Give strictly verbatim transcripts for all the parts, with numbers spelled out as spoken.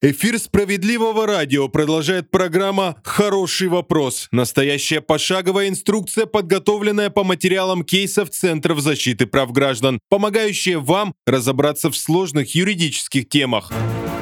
Эфир «Справедливого радио» продолжает программа «Хороший вопрос». Настоящая пошаговая инструкция, подготовленная по материалам кейсов Центров защиты прав граждан, помогающая вам разобраться в сложных юридических темах.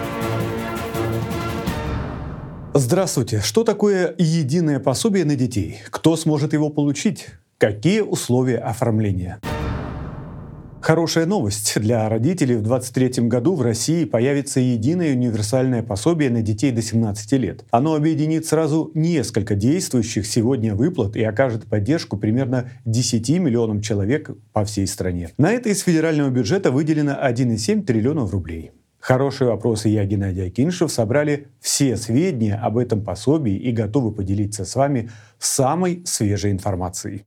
Здравствуйте. Что такое единое пособие на детей? Кто сможет его получить? Какие условия оформления? Хорошая новость. Для родителей в двадцать третьем году в России появится единое универсальное пособие на детей до семнадцати лет. Оно объединит сразу несколько действующих сегодня выплат и окажет поддержку примерно десяти миллионам человек по всей стране. На это из федерального бюджета выделено один целых семь десятых триллионов рублей. Хорошие вопросы. Я, Геннадий Акиньшев, собрали все сведения об этом пособии и готовы поделиться с вами самой свежей информацией.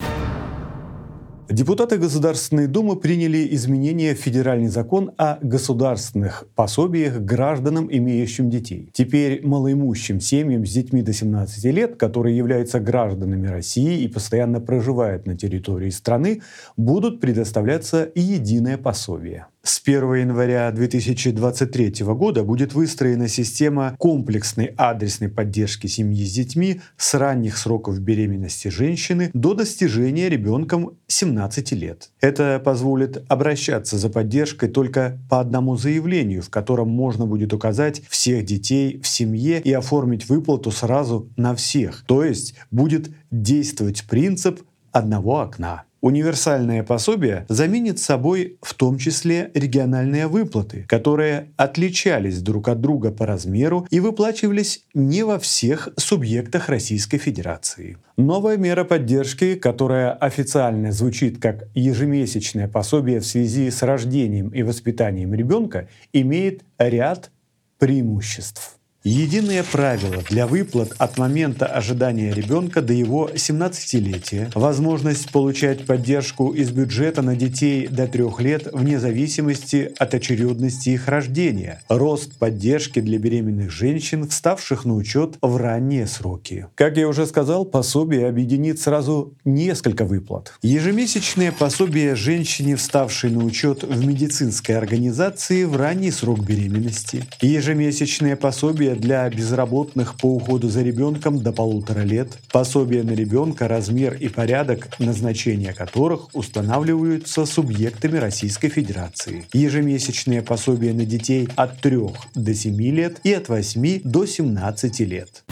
Депутаты Государственной Думы приняли изменения в федеральный закон о государственных пособиях гражданам, имеющим детей. Теперь малоимущим семьям с детьми до семнадцати лет, которые являются гражданами России и постоянно проживают на территории страны, будут предоставляться единое пособие. С первого января две тысячи двадцать третьего года будет выстроена система комплексной адресной поддержки семьи с детьми с ранних сроков беременности женщины до достижения ребенком семнадцати лет. Это позволит обращаться за поддержкой только по одному заявлению, в котором можно будет указать всех детей в семье и оформить выплату сразу на всех. То есть будет действовать принцип одного окна. Универсальное пособие заменит собой в том числе региональные выплаты, которые отличались друг от друга по размеру и выплачивались не во всех субъектах Российской Федерации. Новая мера поддержки, которая официально звучит как ежемесячное пособие в связи с рождением и воспитанием ребенка, имеет ряд преимуществ. Единые правила для выплат от момента ожидания ребенка до его семнадцатилетия, возможность получать поддержку из бюджета на детей до трех лет вне зависимости от очередности их рождения, рост поддержки для беременных женщин, вставших на учет в ранние сроки. Как я уже сказал, пособие объединит сразу несколько выплат. Ежемесячное пособие женщине, вставшей на учет в медицинской организации в ранний срок беременности, ежемесячное пособие для безработных по уходу за ребенком до полутора лет, пособие на ребенка, размер и порядок назначения которых устанавливаются субъектами Российской Федерации, ежемесячные пособия на детей от трёх до семи лет и от восьми до семнадцати лет.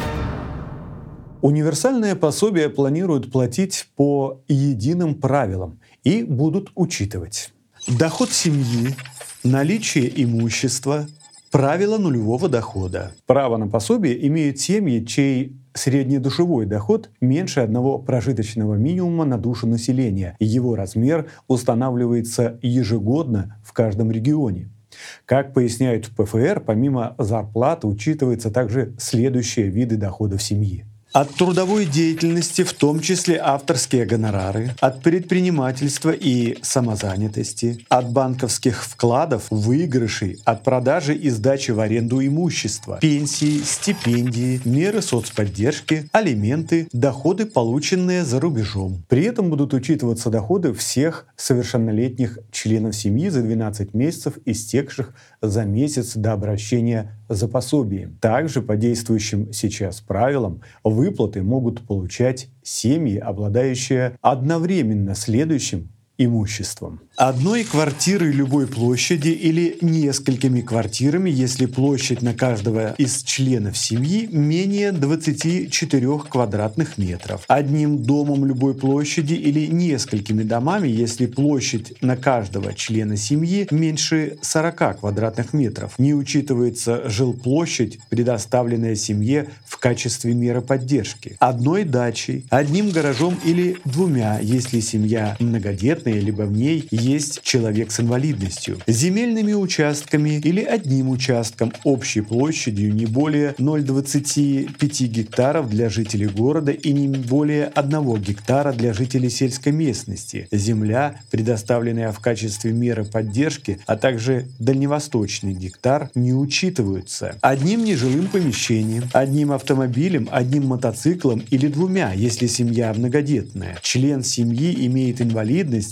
Универсальное пособие планируют платить по единым правилам и будут учитывать доход семьи, наличие имущества, правило нулевого дохода. Право на пособие имеют семьи, чей среднедушевой доход меньше одного прожиточного минимума на душу населения. Его размер устанавливается ежегодно в каждом регионе. Как поясняют в ПФР, помимо зарплаты учитываются также следующие виды доходов семьи. От трудовой деятельности, в том числе авторские гонорары, от предпринимательства и самозанятости, от банковских вкладов, выигрышей, от продажи и сдачи в аренду имущества, пенсии, стипендии, меры соцподдержки, алименты, доходы, полученные за рубежом. При этом будут учитываться доходы всех совершеннолетних членов семьи за двенадцать месяцев, истекших за месяц до обращения за пособием. Также по действующим сейчас правилам выплаты могут получать семьи, обладающие одновременно следующим имуществом: одной квартирой любой площади или несколькими квартирами, если площадь на каждого из членов семьи менее двадцати четырёх квадратных метров, одним домом любой площади или несколькими домами, если площадь на каждого члена семьи меньше сорока квадратных метров. Не учитывается жилплощадь, предоставленная семье в качестве меры поддержки, одной дачей, одним гаражом или двумя, если семья многодетная, либо в ней есть человек с инвалидностью, земельными участками или одним участком общей площадью не более ноль целых двадцати пяти гектаров для жителей города и не более одного гектара для жителей сельской местности, земля, предоставленная в качестве меры поддержки, а также дальневосточный гектар не учитываются, одним нежилым помещением, одним автомобилем, одним мотоциклом или двумя, если семья многодетная, член семьи имеет инвалидность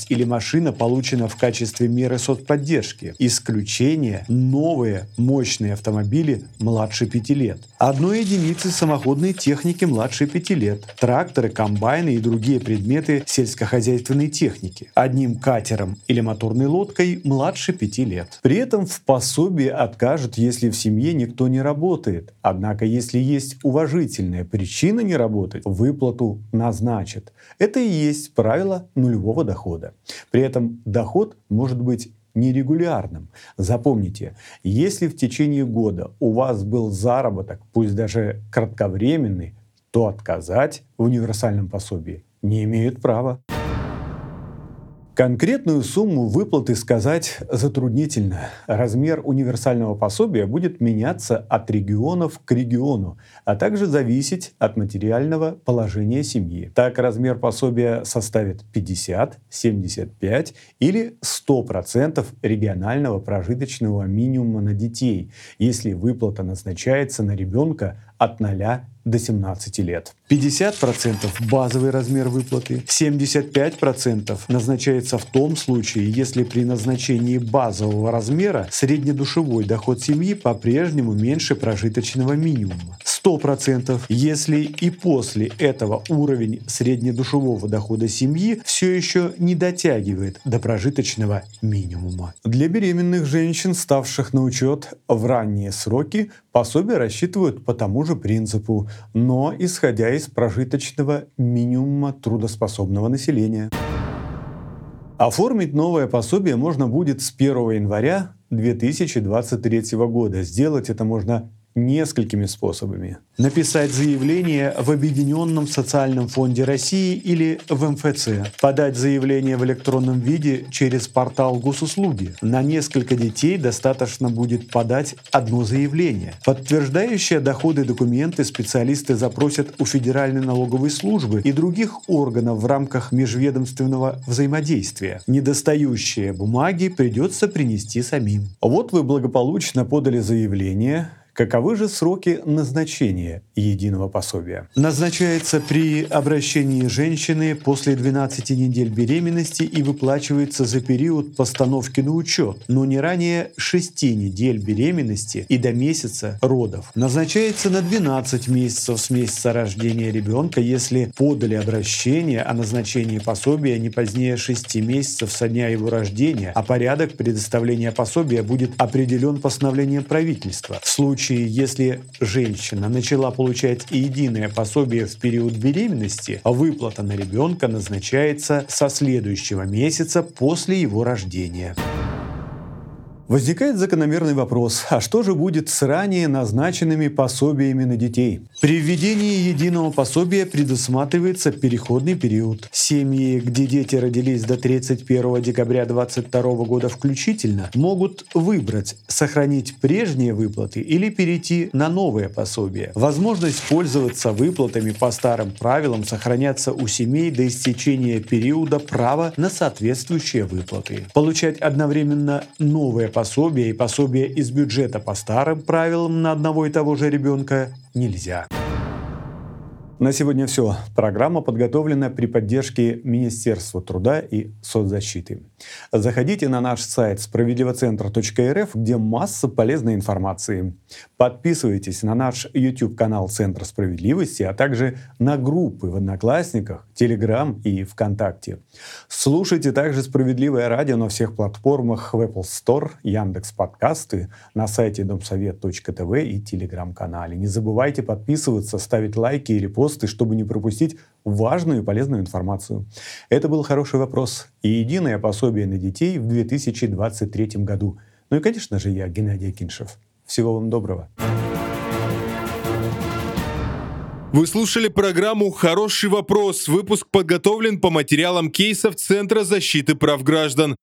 или машина получена в качестве меры соцподдержки. Исключение – новые мощные автомобили младше пяти лет. Одной единицы самоходной техники младше пяти лет. Тракторы, комбайны и другие предметы сельскохозяйственной техники. Одним катером или моторной лодкой младше пяти лет. При этом в пособии откажут, если в семье никто не работает. Однако, если есть уважительная причина не работать, выплату назначат. Это и есть правило нулевого дохода. При этом доход может быть нерегулярным. Запомните, если в течение года у вас был заработок, пусть даже кратковременный, то отказать в универсальном пособии не имеют права. Конкретную сумму выплаты сказать затруднительно. Размер универсального пособия будет меняться от регионов к региону, а также зависеть от материального положения семьи. Так, размер пособия составит пятьдесят, семьдесят пять или сто процентов регионального прожиточного минимума на детей, если выплата назначается на ребенка от ноля до семнадцати лет. пятьдесят процентов базовый размер выплаты, семьдесят пять процентов назначается в том случае, если при назначении базового размера среднедушевой доход семьи по-прежнему меньше прожиточного минимума. сто процентов, если и после этого уровень среднедушевого дохода семьи все еще не дотягивает до прожиточного минимума. Для беременных женщин, ставших на учет в ранние сроки, пособие рассчитывают по тому же принципу, но исходя из прожиточного минимума трудоспособного населения. Оформить новое пособие можно будет с первого января две тысячи двадцать третьего года. Сделать это можно несколькими способами. Написать заявление в Объединенном социальном фонде России или в эм эф цэ. Подать заявление в электронном виде через портал госуслуги. На несколько детей достаточно будет подать одно заявление. Подтверждающие доходы документы специалисты запросят у Федеральной налоговой службы и других органов в рамках межведомственного взаимодействия. Недостающие бумаги придется принести самим. Вот вы благополучно подали заявление. Каковы же сроки назначения единого пособия? Назначается при обращении женщины после двенадцати недель беременности и выплачивается за период постановки на учет, но не ранее шести недель беременности и до месяца родов. Назначается на двенадцать месяцев с месяца рождения ребенка, если подали обращение о назначении пособия не позднее шести месяцев со дня его рождения, а порядок предоставления пособия будет определен постановлением правительства. В случае, если женщина начала получать единое пособие в период беременности, выплата на ребенка назначается со следующего месяца после его рождения. Возникает закономерный вопрос, а что же будет с ранее назначенными пособиями на детей? При введении единого пособия предусматривается переходный период. Семьи, где дети родились до тридцать первого декабря две тысячи двадцать второго года включительно, могут выбрать сохранить прежние выплаты или перейти на новое пособие. Возможность пользоваться выплатами по старым правилам сохранятся у семей до истечения периода права на соответствующие выплаты. Получать одновременно новое пособие и пособие из бюджета по старым правилам на одного и того же ребенка нельзя. На сегодня все. Программа подготовлена при поддержке Министерства труда и соцзащиты. Заходите на наш сайт справедливоцентр точка эр эф, где масса полезной информации. Подписывайтесь на наш YouTube-канал Центра справедливости, а также на группы в Одноклассниках, Telegram и ВКонтакте. Слушайте также «Справедливое радио» на всех платформах в Apple Store, Яндекс.Подкасты, на сайте домсовет точка тэ вэ и Telegram-канале. Не забывайте подписываться, ставить лайки и репосты, чтобы не пропустить важную и полезную информацию. Это был «Хороший вопрос» и единое пособие на детей в две тысячи двадцать третьем году. Ну и, конечно же, я, Геннадий Акиньшев. Всего вам доброго. Вы слушали программу «Хороший вопрос». Выпуск подготовлен по материалам кейсов Центра защиты прав граждан.